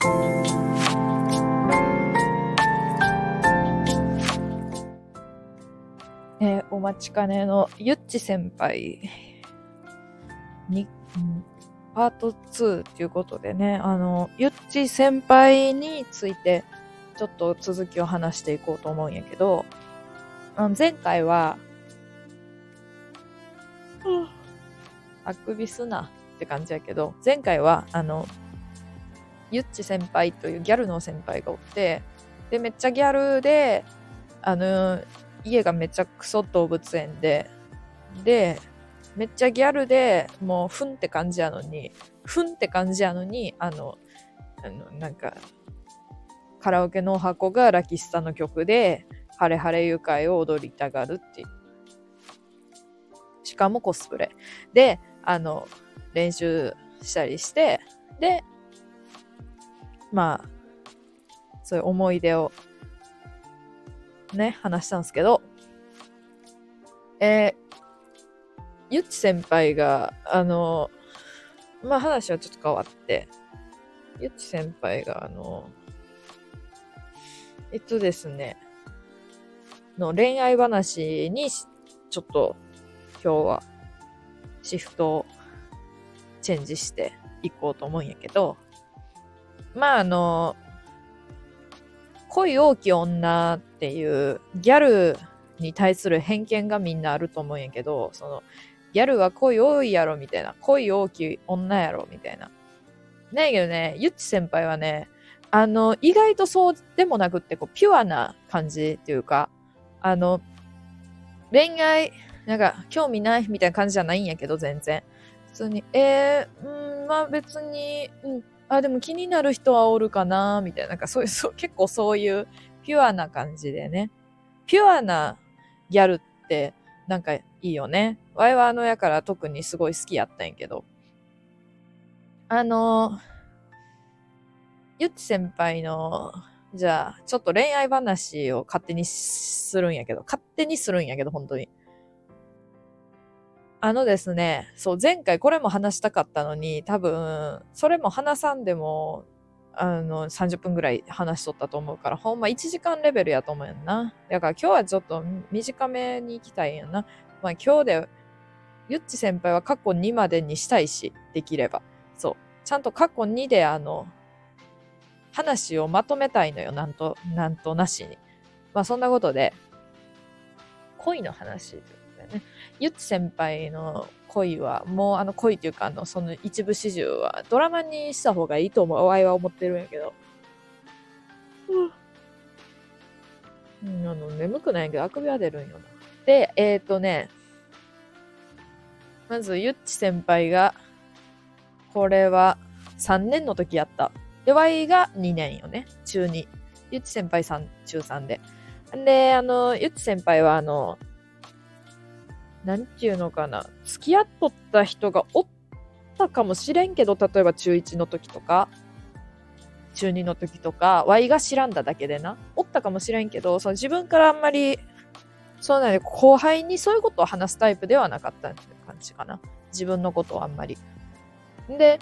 お待ちかねのゆっち先輩に、パート2っていうことでね、ゆっち先輩についてちょっと続きを話していこうと思うんやけど、前回は、あくびすなって感じやけど、前回はゆっち先輩というギャルの先輩がおって、でめっちゃギャルで家がめっちゃクソ動物園でめっちゃギャルでもうふんって感じやのになんかカラオケの箱がラキスタの曲でハレハレ愉快を踊りたがるっていう、しかもコスプレで練習したりして、でまあそういう思い出をね話したんですけど、ゆっち先輩が話はちょっと変わって、ゆっち先輩がですねの恋愛話にちょっと今日はシフトをチェンジしていこうと思うんやけど、恋多き女っていうギャルに対する偏見がみんなあると思うんやけど、そのギャルは恋多いやろみたいな、恋多き女やろみたいな。だけどね、ゆっち先輩はね、意外とそうでもなくって、こうピュアな感じっていうか、恋愛なんか興味ないみたいな感じじゃないんやけど、全然普通に別にでも気になる人はおるかなみたいな、なんかそう結構そういうピュアな感じでね、ピュアなギャルってなんかいいよね。わいはやから特にすごい好きやったんやけど、ゆっち先輩のじゃあちょっと恋愛話を勝手にするんやけど本当にですね、そう前回これも話したかったのに、多分それも話さんでも30分ぐらい話しとったと思うから、ほんま1時間レベルやと思うやんな。だから今日はちょっと短めに行きたいんやな。今日でゆっち先輩は過去2までにしたいし、できればそうちゃんと過去2で話をまとめたいのよ、なんとなしに。そんなことで恋の話ということでね、ゆっち先輩の恋はもう恋というかその一部始終はドラマにした方がいいとわいは思ってるんやけど、眠くないんやけどあくびは出るんよな。でまずゆっち先輩がこれは3年の時やった。で、Y が2年よね。中2。ゆっち先輩中3で。で、ゆっち先輩はなんていうのかな。付き合っとった人がおったかもしれんけど、例えば中1の時とか、中2の時とか、Y が知らんだだけでな。おったかもしれんけど、その自分からあんまり、そうなんで、後輩にそういうことを話すタイプではなかったって感じかな。自分のことをあんまり。で、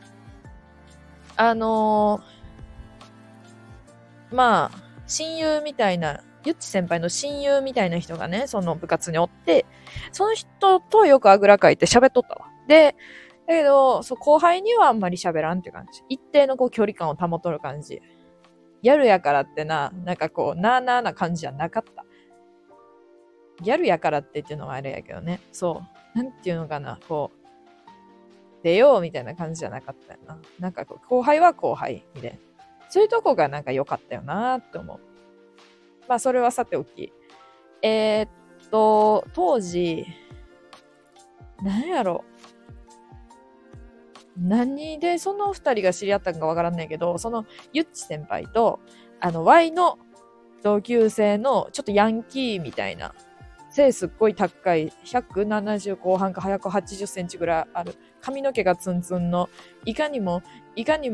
親友みたいな、ゆっち先輩の親友みたいな人がね、その部活におって、その人とよくあぐらかいて喋っとったわ。で、だけど、後輩にはあんまり喋らんって感じ。一定の距離感を保とる感じ。ギャルやからってなんかなーなーな感じじゃなかった。ギャルやからっていうのはあれやけどね。そう。なんていうのかな、出ようみたいな感じじゃなかったよな。なんか後輩は後輩みたいな。そういうとこがなんか良かったよなって思う。それはさておき。当時、何やろ。何でその二人が知り合ったんかわからんねんけど、そのゆっち先輩と、Y の同級生のちょっとヤンキーみたいな、背すっごい高い、170後半か180センチぐらいある、髪の毛がツンツンの、いかにもヤン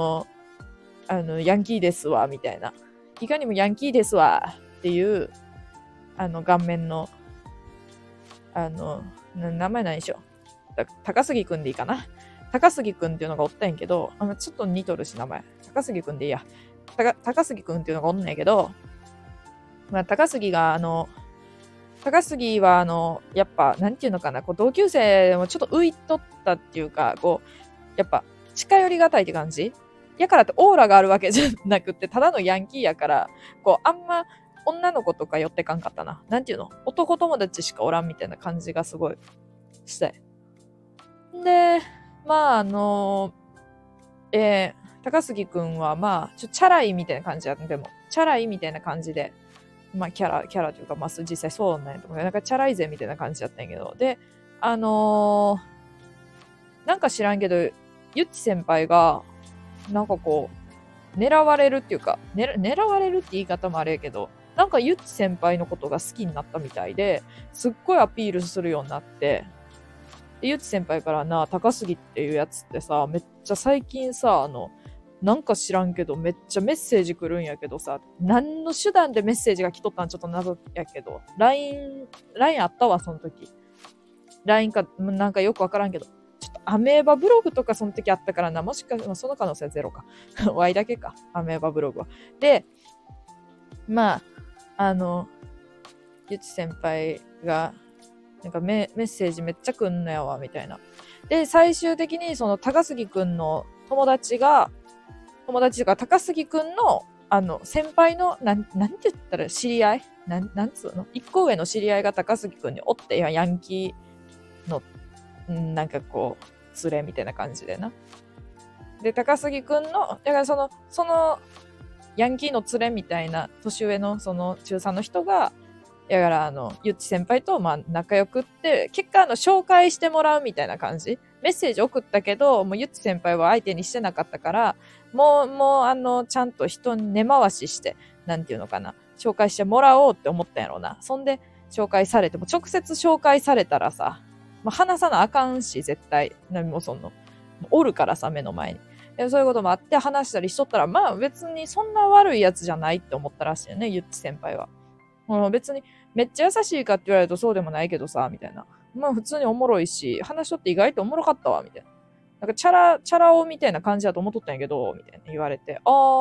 キーですわ、みたいな。いかにもヤンキーですわ、っていう、顔面の、名前何でしょう。高杉くんでいいかな。 高杉くんっていうのがおったんやけど、ちょっと似とるし名前。高杉くんでいいや。高杉くんっていうのがおんねんけど、まあ、高杉はやっぱ、なんていうのかな、こう同級生もちょっと浮いとったっていうか、こう、やっぱ、近寄りがたいって感じやからってオーラがあるわけじゃなくって、ただのヤンキーやから、こう、あんま女の子とか寄ってかんかったな。なんていうの男友達しかおらんみたいな感じがすごいしたい。で、まあ、高杉くんはまあ、チャラいみたいな感じやった。でも、チャラいみたいな感じで、まあ、キャラというか、まあ、実際そうなんやと思う。なんか、チャラいぜみたいな感じだったんやけど。で、なんか知らんけど、ゆっち先輩が、なんかこう、狙われるっていうか、狙われるって言い方もあれやけど、なんかゆっち先輩のことが好きになったみたいで、すっごいアピールするようになって、でゆっち先輩からな、高杉っていうやつってさ、めっちゃ最近さ、なんか知らんけど、めっちゃメッセージ来るんやけどさ、何の手段でメッセージが来とったんちょっと謎やけど、LINE あったわ、その時。LINE か、なんかよくわからんけど、ちょっとアメーバブログとかその時あったからな、もしか、その可能性はゼロか。Y だけか、アメーバブログは。で、まあ、ゆち先輩が、なんかメッセージめっちゃ来んのやわ、みたいな。で、最終的にその高杉くんの友達が高杉くんの、先輩の、なんて言ったら知り合いなんつうの一個上の知り合いが高杉くんにおって、ヤンキーの、なんかこう、連れみたいな感じでな。で、高杉くんの、だからその、ヤンキーの連れみたいな、年上の、その、中3の人が、だから、ゆっち先輩と、まあ、仲良くって、結果、紹介してもらうみたいな感じ。メッセージ送ったけど、もう、ゆっち先輩は相手にしてなかったから、もう、ちゃんと人に根回しして、なんていうのかな、紹介してもらおうって思ったんやろうな。そんで、紹介されても、直接紹介されたらさ、まあ、話さなあかんし、絶対。何もそんの、おるからさ、目の前に。そういうこともあって話したりしとったら、まあ別にそんな悪いやつじゃないって思ったらしいよね、ゆっち先輩は。別にめっちゃ優しいかって言われるとそうでもないけどさ、みたいな。まあ普通におもろいし、話しとって意外とおもろかったわ、みたいな。なんかチャラ男みたいな感じだと思っとったんやけど、みたいな言われて、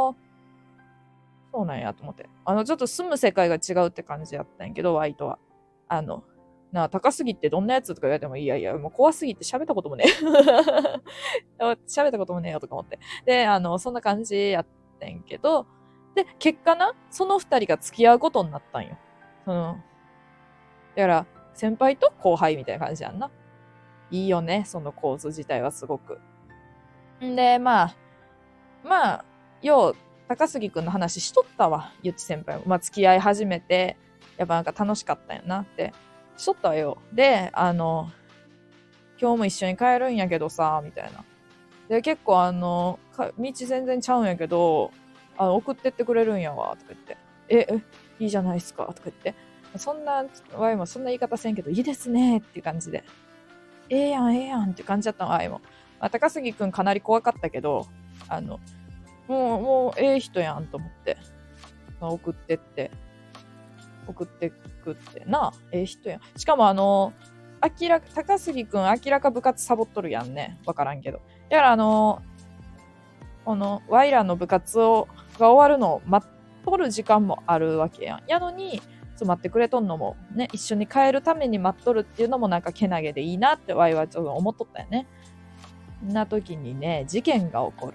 そうなんやと思って。ちょっと住む世界が違うって感じやったんやけど、ワイとは。なあ、高すぎってどんなやつとか言われても、いやいや、もう怖すぎて喋ったこともね喋ったこともねえよとか思って。で、そんな感じやってんけど、で、結果な、その二人が付き合うことになったんよ。だから、先輩と後輩みたいな感じやんな。いいよね、その構図自体はすごく。んで、まあ、よう、高杉くんの話しとったわ、ゆっち先輩も。まあ、付き合い始めて、やっぱなんか楽しかったんやなって。しとったわよ。で、今日も一緒に帰るんやけどさ、みたいな。で、結構道全然ちゃうんやけど、送ってってくれるんやわ、とか言って。いいじゃないっすか、とか言って。そんな、ワイもそんな言い方せんけど、いいですね、っていう感じで。ええやん、ええやん、っていう感じだったの、ワイも。まあ、高杉くんかなり怖かったけど、もう、ええ人やん、と思って。送ってくってな、ええ人やん。しかも高杉くん明らか部活サボっとるやんね。わからんけど。だからワイらの部活が終わるのを待っとる時間もあるわけやん。やのに、待ってくれとんのもね、一緒に帰るために待っとるっていうのもなんかけなげでいいなってワイはちょっと思っとったよね。んな時にね、事件が起こる。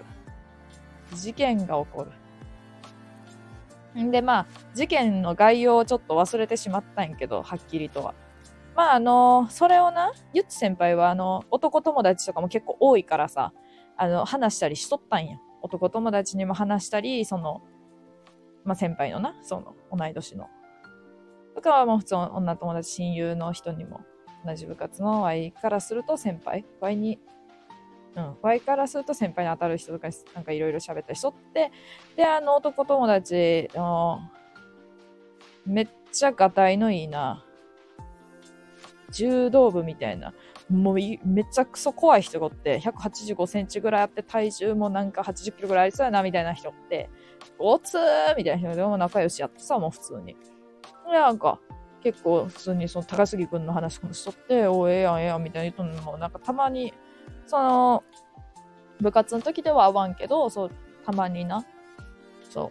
んで、まあ、事件の概要をちょっと忘れてしまったんやけど、はっきりとは。まあ、それをな、ゆっち先輩は男友達とかも結構多いからさ、話したりしとったんや。男友達にも話したり、まあ、先輩のな、同い年の。とかはもう普通の女友達、親友の人にも、同じ部活の Y からすると先輩、Y からすると先輩に当たる人とかなんかいろいろ喋ったりしとって、で、男友達めっちゃがたいのいいな、柔道部みたいな、もうめっちゃクソ怖い人がおって、185センチぐらいあって、体重もなんか80キロぐらいありそうやな、みたいな人って、おつーみたいな人でも仲良しやってさ、もう普通に。で、なんか、結構普通にその高杉くんの話しとって、ええやん、ええやん、みたいな言うとも、なんかたまに、 部活の時では会わんけど、そう、たまにな。そう。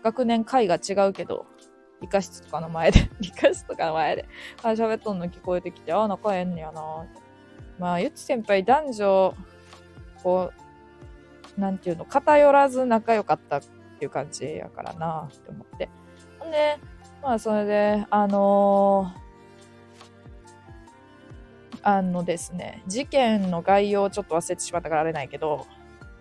学年会が違うけど、理科室とかの前で、喋っとんの聞こえてきて、あ、仲ええんやな。まあ、ゆっち先輩男女、こう、なんていうの、偏らず仲良かったっていう感じやからなって思って。ほんで、まあ、それで、ですね、事件の概要をちょっと忘れてしまったからあれないけど、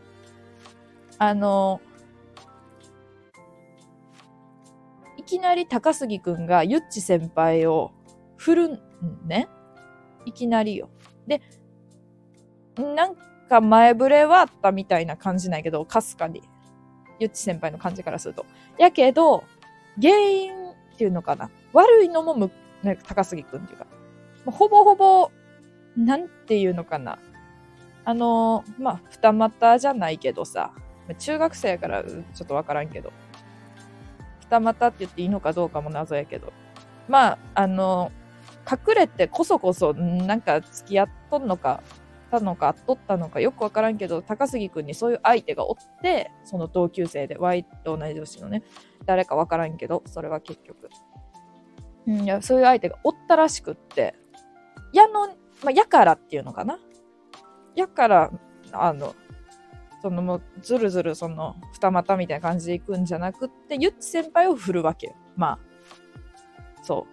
いきなり高杉くんがゆっち先輩を振るんね。いきなりよ。で、なんか前触れはあったみたいな感じないけど、かすかに。ゆっち先輩の感じからすると。やけど、原因っていうのかな。悪いのも高杉くんっていうか。ほぼほぼ、なんていうのかな。まあ、二股じゃないけどさ。中学生やからちょっとわからんけど。二股って言っていいのかどうかも謎やけど。まあ、隠れてこそこそ、なんか付き合っとんのか、たのか、取ったのかよくわからんけど、高杉くんにそういう相手がおって、その同級生で、Y と同い年のね、誰かわからんけど、それは結局。いや、そういう相手がおったらしくって、やからっていうのかな。やから、もうずるずる二股みたいな感じで行くんじゃなくって、ゆっち先輩を振るわけよ。まあ、そう。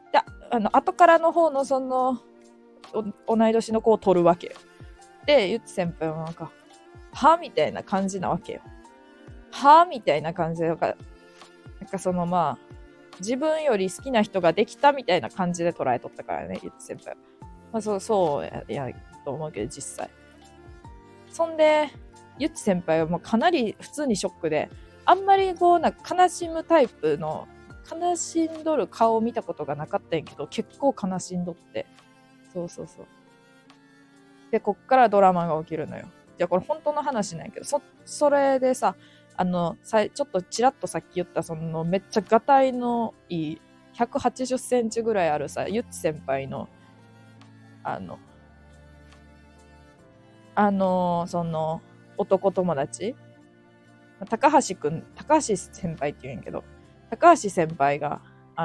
で、後からの方の同い年の子を取るわけよ。で、ゆっち先輩はなんか、はみたいな感じなわけよ。はみたいな感じで、なんかまあ、自分より好きな人ができたみたいな感じで捉えとったからね、ゆっち先輩は。まあ、そうやと思うけど、実際。そんで、ゆっち先輩はもうかなり普通にショックで、あんまりなんか悲しむタイプの、悲しんどる顔を見たことがなかったんやけど、結構悲しんどって。そうそうそう。で、こっからドラマが起きるのよ。じゃあこれ本当の話なんやけど、それでさ、ちょっとちらっとさっき言っためっちゃガタイのいい、180センチぐらいあるさ、ゆっち先輩の、男友達高橋先輩って言うんやけど、高橋先輩が、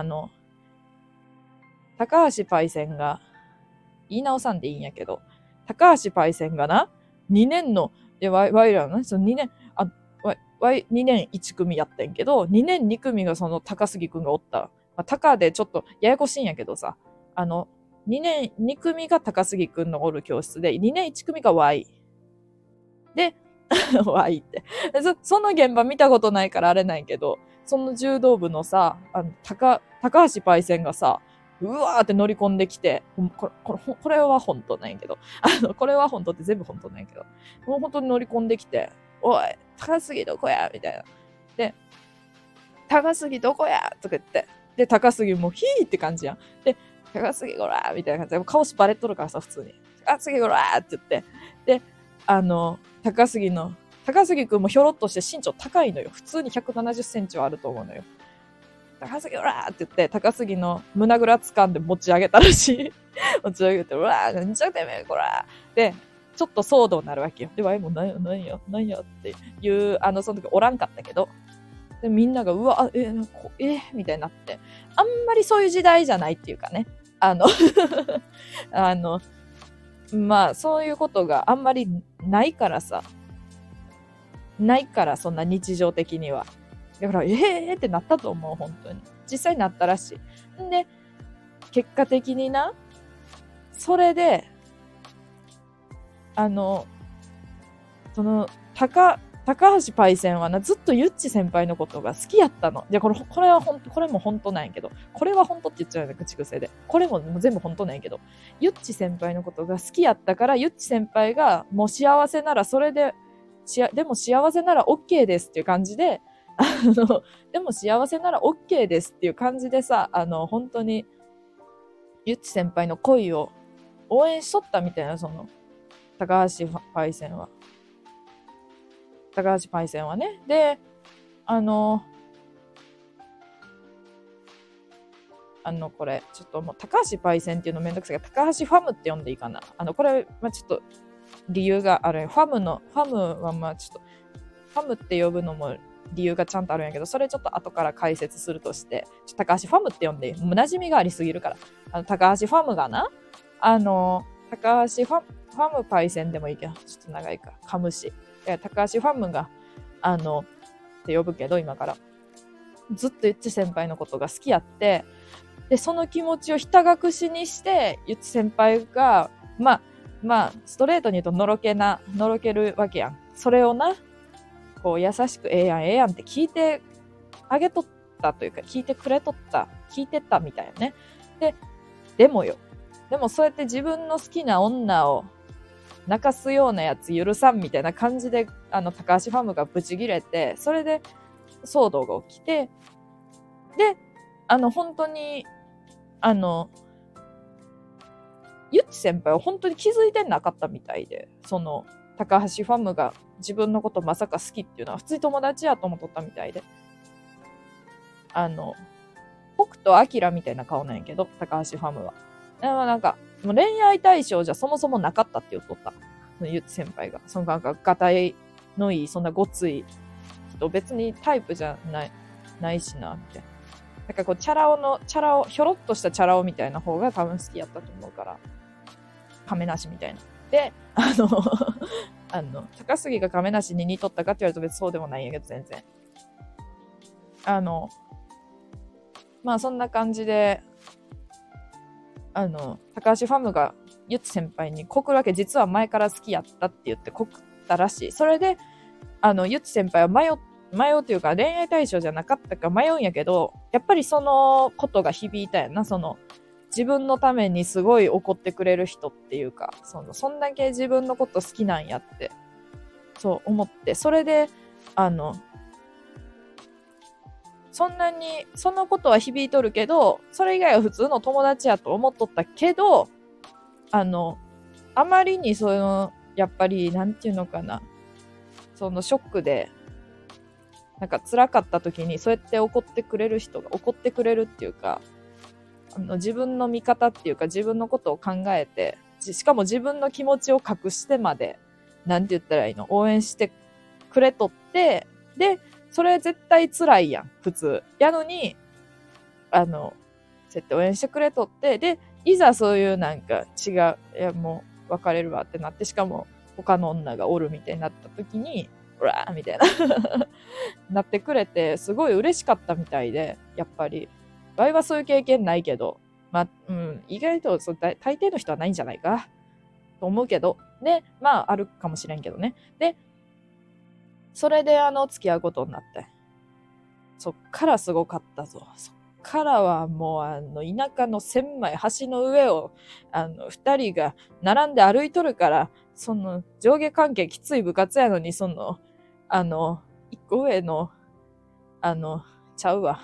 高橋パイセンが、言い直さんでいいんやけど、高橋パイセンがな、2年の、ワイらのね、2年、2年1組やってんけど、2年2組が高杉くんがおった。高でちょっとややこしいんやけどさ、2年2組が高杉くんのおる教室で、2年1組が Y。で、Y って。その現場見たことないからあれないけど、その柔道部のさ、高橋パイセンがさ、うわーって乗り込んできて、これは本当なんやけど、これは本当って全部本当なんやけど、もう本当に乗り込んできて、おい、高杉どこやみたいな。で、高杉どこやとか言って、で、高杉もヒーって感じやん。で、高杉ごらーみたいな感じで、顔バレっとるからさ、普通に。高杉ごらーって言って、で、高杉くんもひょろっとして身長高いのよ。普通に170センチはあると思うのよ。高杉おらーって言って、高杉の胸ぐら掴んで持ち上げたらしい。持ち上げて、うわー、なんちゃてめえ、こらー。で、ちょっと騒動になるわけよ。で、わいもなんやっていう、その時おらんかったけど。で、みんなが、うわ、みたいになって。あんまりそういう時代じゃないっていうかね。まあ、そういうことがあんまりないからさ。ないから、そんな日常的には。だから、ってなったと思う、本当に。実際になったらしい。んで、結果的にな、それで、高橋パイセンはな、ずっとゆっち先輩のことが好きやったの。いや、これも本当なんやけど、これは本当って言っちゃうよね、口癖で。これも全部本当なんやけど、ゆっち先輩のことが好きやったから、ゆっち先輩がもう幸せならそれで、でも幸せなら OK ですっていう感じで、でも幸せなら OK ですっていう感じでさ、本当に、ゆっち先輩の恋を応援しとったみたいな、高橋パイセンは。高橋パイセンはね。で、これ、ちょっともう、高橋パイセンっていうのめんどくさいから、高橋ファムって呼んでいいかな。これ、ちょっと、 理由がある。ファムはまあちょっと、ファムって呼ぶのも理由がちゃんとあるんやけど、それちょっと後から解説するとして、高橋ファムって呼んで、もう馴染みがありすぎるから。高橋ファムがな、高橋ファムパイセンでもいいけど、ちょっと長いから、カムシ。高橋ファムが、って呼ぶけど、今から。ずっとゆっち先輩のことが好きやって、で、その気持ちをひた隠しにして、ゆっち先輩が、まあ、ストレートに言うとのろけるわけやん。それをな、こう優しくええやんって聞いてあげとったというか、聞いてくれとった、聞いてたみたいよね。でもそうやって自分の好きな女を泣かすようなやつ許さんみたいな感じで、高橋ファムがブチギレて、それで騒動が起きて、で、本当に、ゆっち先輩は本当に気づいてなかったみたいで、その、高橋ファムが自分のことまさか好きっていうのは普通に友達やと思っとったみたいで。北斗晶みたいな顔なんやけど、高橋ファムは。でもなんか、もう恋愛対象じゃそもそもなかったって言っとった。ゆっち先輩が。そのなんか、がたいのいい、そんなごつい人、別にタイプじゃないしな、みたいな。なんかこう、チャラ男、ひょろっとしたチャラ男みたいな方が多分好きやったと思うから。亀梨みたいな。で、高杉が亀梨に似とったかって言われると別にそうでもないんやけど、全然。まあそんな感じで、高橋ファムがゆっち先輩に告るわけ、実は前から好きやったって言って告ったらしい。それで、ゆっち先輩は迷うというか恋愛対象じゃなかったか迷うんやけど、やっぱりそのことが響いたやな。その、自分のためにすごい怒ってくれる人っていうか、そんだけ自分のこと好きなんやって、そう思って、それで、そんなに、そのことは響いとるけど、それ以外は普通の友達やと思っとったけど、あまりにやっぱり、なんていうのかな、そのショックで、なんか辛かった時に、そうやって怒ってくれる人が、怒ってくれるっていうか、自分の味方っていうか、自分のことを考えて、しかも自分の気持ちを隠してまで、なんて言ったらいいの、応援してくれとって、で、それ絶対辛いやん、普通。やのに、そうやって応援してくれとって、で、いざそういうなんか違う、いやもう別れるわってなって、しかも他の女がおるみたいになった時に、うわーみたいななってくれて、すごい嬉しかったみたいで、やっぱり。場合はそういう経験ないけど、まあ、意外と大抵の人はないんじゃないかと思うけど、で、まあ、あるかもしれんけどね。で、それで付き合うことになって。そっからすごかったぞ。そっからはもう田舎の狭い橋の上を二人が並んで歩いとるから、その上下関係きつい部活やのに、一個上のちゃうわ。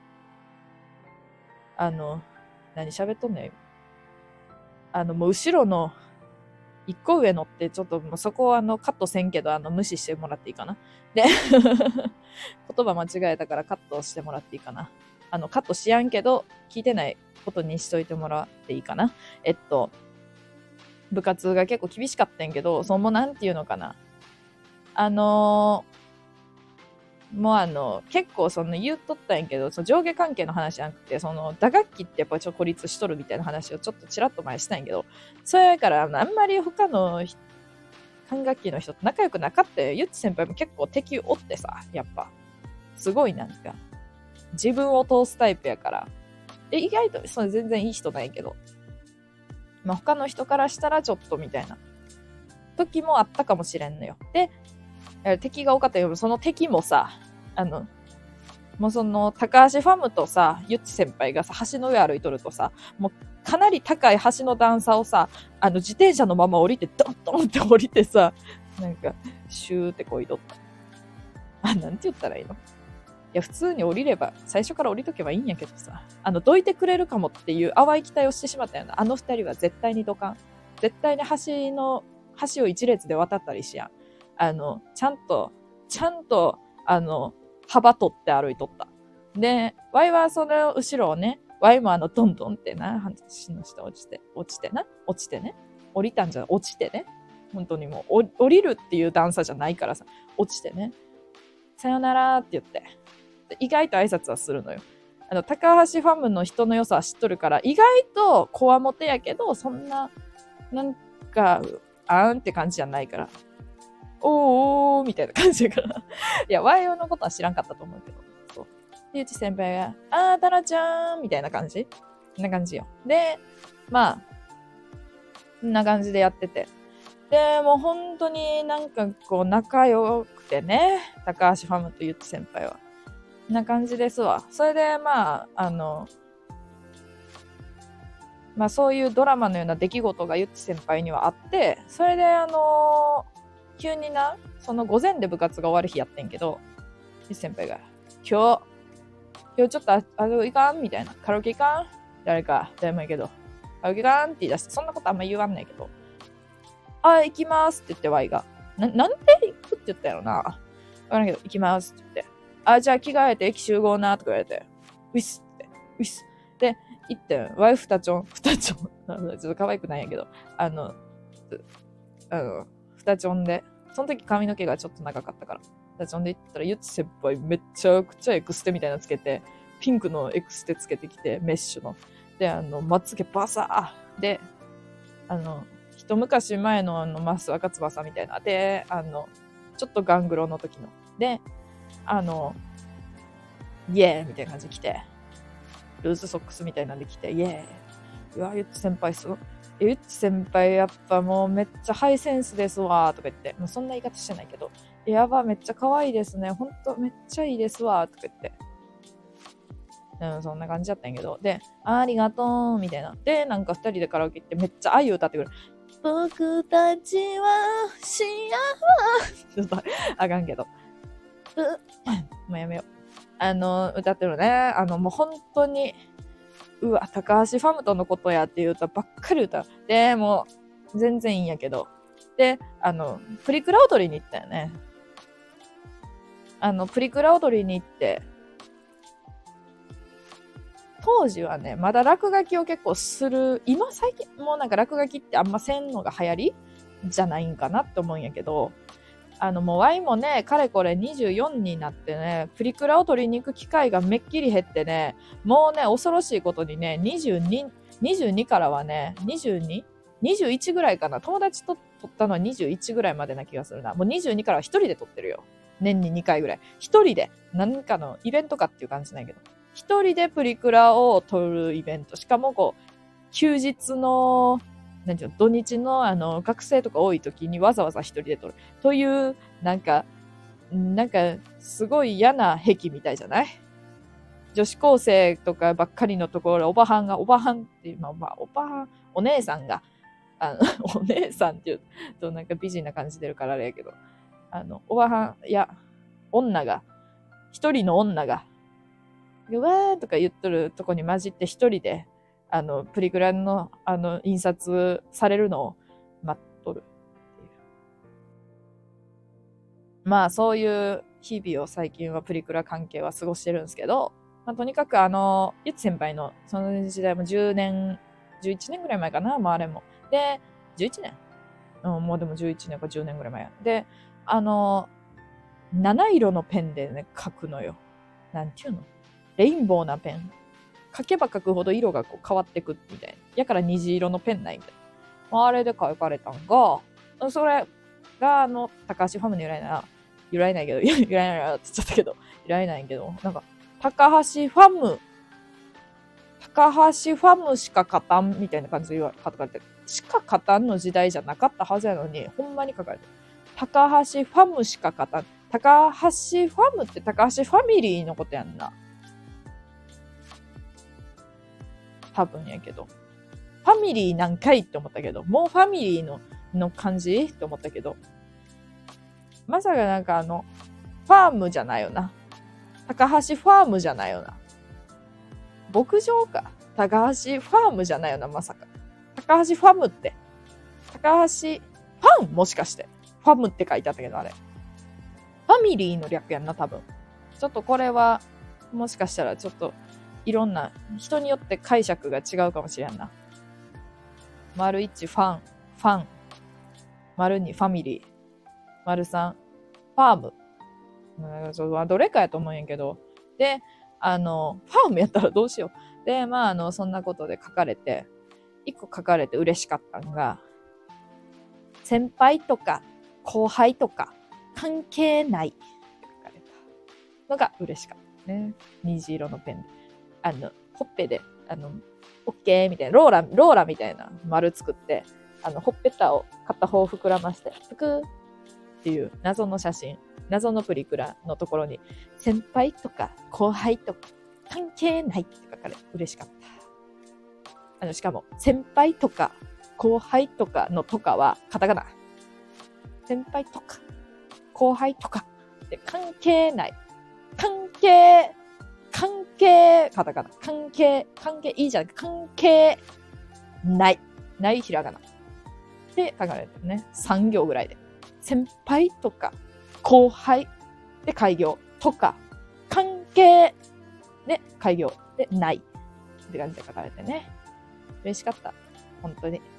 何喋っとんねん。もう後ろの一個上のってちょっともうそこはカットせんけど無視してもらっていいかな。で言葉間違えたからカットしてもらっていいかな。カットしやんけど聞いてないことにしといてもらっていいかな。部活が結構厳しかったんけど、なんていうのかな。もう結構言うとったんやけど、上下関係の話じゃなくて、打楽器ってやっぱ孤立しとるみたいな話をちょっとちらっと前したんやけど、それだからあんまり他の管楽器の人と仲良くなかったよ。ゆっち先輩も結構敵おってさ、やっぱ。すごいなんか、自分を通すタイプやから。意外と全然いい人なんやけど。まあ他の人からしたらちょっとみたいな時もあったかもしれんのよ。で、敵が多かったよ。その敵もさ、もう高橋ファムとさ、ゆっち先輩がさ、橋の上歩いとるとさ、もうかなり高い橋の段差をさ、自転車のまま降りて、ドンドンって降りてさ、なんか、シューってこいとった。なんて言ったらいいの？いや、普通に降りれば、最初から降りとけばいいんやけどさ、どいてくれるかもっていう淡い期待をしてしまったよな。二人は絶対にドカン。絶対に橋を一列で渡ったりしやん。ちゃんと、幅取って歩いとった。で、ワイはその後ろをね、ワイもドンドンってな、橋の下落ちてね。降りたんじゃない、落ちてね。 本当にもう降りるっていう段差じゃないからさ、落ちてね、さよならって言って、意外と挨拶はするのよ。高橋ファムの人の良さは知っとるから、意外とこわもてやけど、そんな、なんか、あーんって感じじゃないから、おーみたいな感じやから。いや、ワイオのことは知らんかったと思うけど。そう。で、うち先輩が、タラちゃんみたいな感じ。こんな感じよ。で、まあ、こんな感じでやってて。で、もう本当になんかこう仲良くてね、高橋ファムとゆっち先輩は。こんな感じですわ。それで、まあそういうドラマのような出来事がゆっち先輩にはあって、それで急にな、その午前で部活が終わる日やってんけど、ゆっち先輩が、今日ちょっと行かんみたいな。カラオケ行かん誰もいいけど。カラオケ行かんって言い出して、そんなことあんま言わんないけど。行きますって言って、ワイが。なんで行くって言ったやろな。わからんけど、行きますって言って。じゃあ着替えて駅集合なとか言われて。ウィスって。ウィス。で、行って、ワイ二ちょん。ちょっと可愛くないんやけど、二ちょんで、その時髪の毛がちょっと長かったから。二ちょんで行ったら、ゆっち先輩めちゃくちゃエクステみたいなのつけて、ピンクのエクステつけてきて、メッシュの。で、まつげバサーで、一昔前の増若翼みたいな。で、ちょっとガングロの時の。で、イエーイみたいな感じで来て、ルーズソックスみたいなんで来て、イエーイ。うわ、ゆっち先輩ゆっち先輩やっぱもうめっちゃハイセンスですわとか言って、もうそんな言い方してないけど、やば、めっちゃ可愛いですね。ほんとめっちゃいいですわとか言って。そんな感じだったんやけど。で、ありがとうみたいな。で、なんか二人でカラオケ行ってめっちゃあゆ歌ってくる。僕たちは幸せ。ちょっとあかんけど。もうやめよう。歌ってるね。もう本当に、うわ、高橋ファムとのことやっていう歌ばっかり歌う。で、もう、全然いいんやけど。で、プリクラ踊りに行ったよね。プリクラ踊りに行って、当時はね、まだ落書きを結構する、今最近、もうなんか落書きってあんませんのが流行りじゃないんかなって思うんやけど、もうワイもね、かれこれ24になってね、プリクラを取りに行く機会がめっきり減ってね、もうね、恐ろしいことにね、22からはね、21ぐらいかな。友達と撮ったのは21ぐらいまでな気がするな。もう22からは一人で撮ってるよ。年に2回ぐらい。一人で。何かのイベントかっていう感じないけど。一人でプリクラを撮るイベント。しかもこう、休日の、なんていうの、土日の学生とか多い時にわざわざ一人で撮る。という、なんか、すごい嫌な癖みたいじゃない？女子高生とかばっかりのところ、おばはんっていう、お姉さんが、お姉さんって言うとなんか美人な感じ出るからあれやけど、おばはん、いや、一人の女が、うわーとか言っとるとこに混じって一人で、プリクラの、印刷されるのを待っとるっていう。まあ、そういう日々を最近はプリクラ関係は過ごしてるんですけど、まあ、とにかくゆっち先輩の、その時代も10年、11年ぐらい前かな、まああれも。で、11年もうでも11年か10年ぐらい前や。で、七色のペンでね、書くのよ。なんていうの？レインボーなペン。書けば書くほど色がこう変わってくみたいな。やから虹色のペンないみたいな。あれで書かれたんが、それが高橋ファムの由来ないけど、由来ないなって言っちゃったけど、由来ないけど、なんか、高橋ファムしか勝たんみたいな感じで書かれてる。しか勝たんの時代じゃなかったはずやのに、ほんまに書かれてる。高橋ファムしか勝たん。高橋ファムって高橋ファミリーのことやんな。多分やけど。ファミリーなんかいって思ったけど、もうファミリーの感じって思ったけど、まさかなんかファームじゃないよな。高橋ファームじゃないよな。牧場か。高橋ファームじゃないよな、まさか。高橋ファムって。高橋ファンもしかして。ファムって書いてあったけど、あれ。ファミリーの略やんな、多分。ちょっとこれは、もしかしたらちょっと、いろんな、人によって解釈が違うかもしれんな。丸一ファン。 丸2ファミリー、丸3ファーム。どれかやと思うんやけど。で、ファームやったらどうしよう。で、そんなことで書かれて、1個書かれて嬉しかったのが、先輩とか後輩とか関係ないって書かれたのが嬉しかったね。虹色のペンで。ほっぺで、オッケーみたいな、ローラみたいな丸作って、ほっぺたを片方膨らまして、ぷくーっていう謎の写真、謎のプリクラのところに、先輩とか後輩とか関係ないって書かれて嬉しかった。しかも、先輩とか後輩とかのとかはカタカナ。先輩とか後輩とかで関係ない。関係、カタカナ。関係いいじゃん。関係ない。ないひらがな。で書かれてるね。3行ぐらいで。先輩とか後輩で開業とか関係で開業でないって感じで書かれてね。嬉しかった。本当に。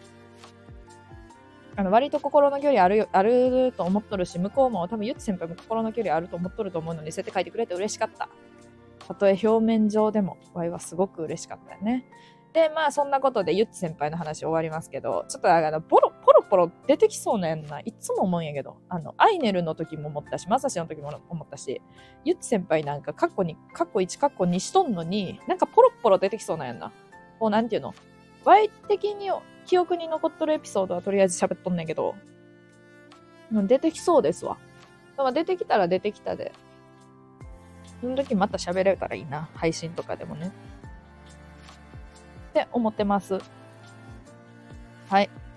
割と心の距離あると思っとるし、向こうも多分ゆっち先輩も心の距離あると思っとると思うのに、そうやって書いてくれて嬉しかった。たとえ表面上でも、わいはすごく嬉しかったよね。で、そんなことでゆっち先輩の話終わりますけど、ちょっとポロポロ出てきそうなやんな。いつも思うんやけど、アイネルの時も思ったし、まさしの時も思ったし、ゆっち先輩なんかカッコ1、カッコ2しとんのに、なんかポロポロ出てきそうなやんな。なんていうの？わい的に記憶に残っとるエピソードはとりあえず喋っとんねんけど、出てきそうですわ。出てきたら出てきたで、その時また喋れたらいいな。配信とかでもね。って思ってます。はい。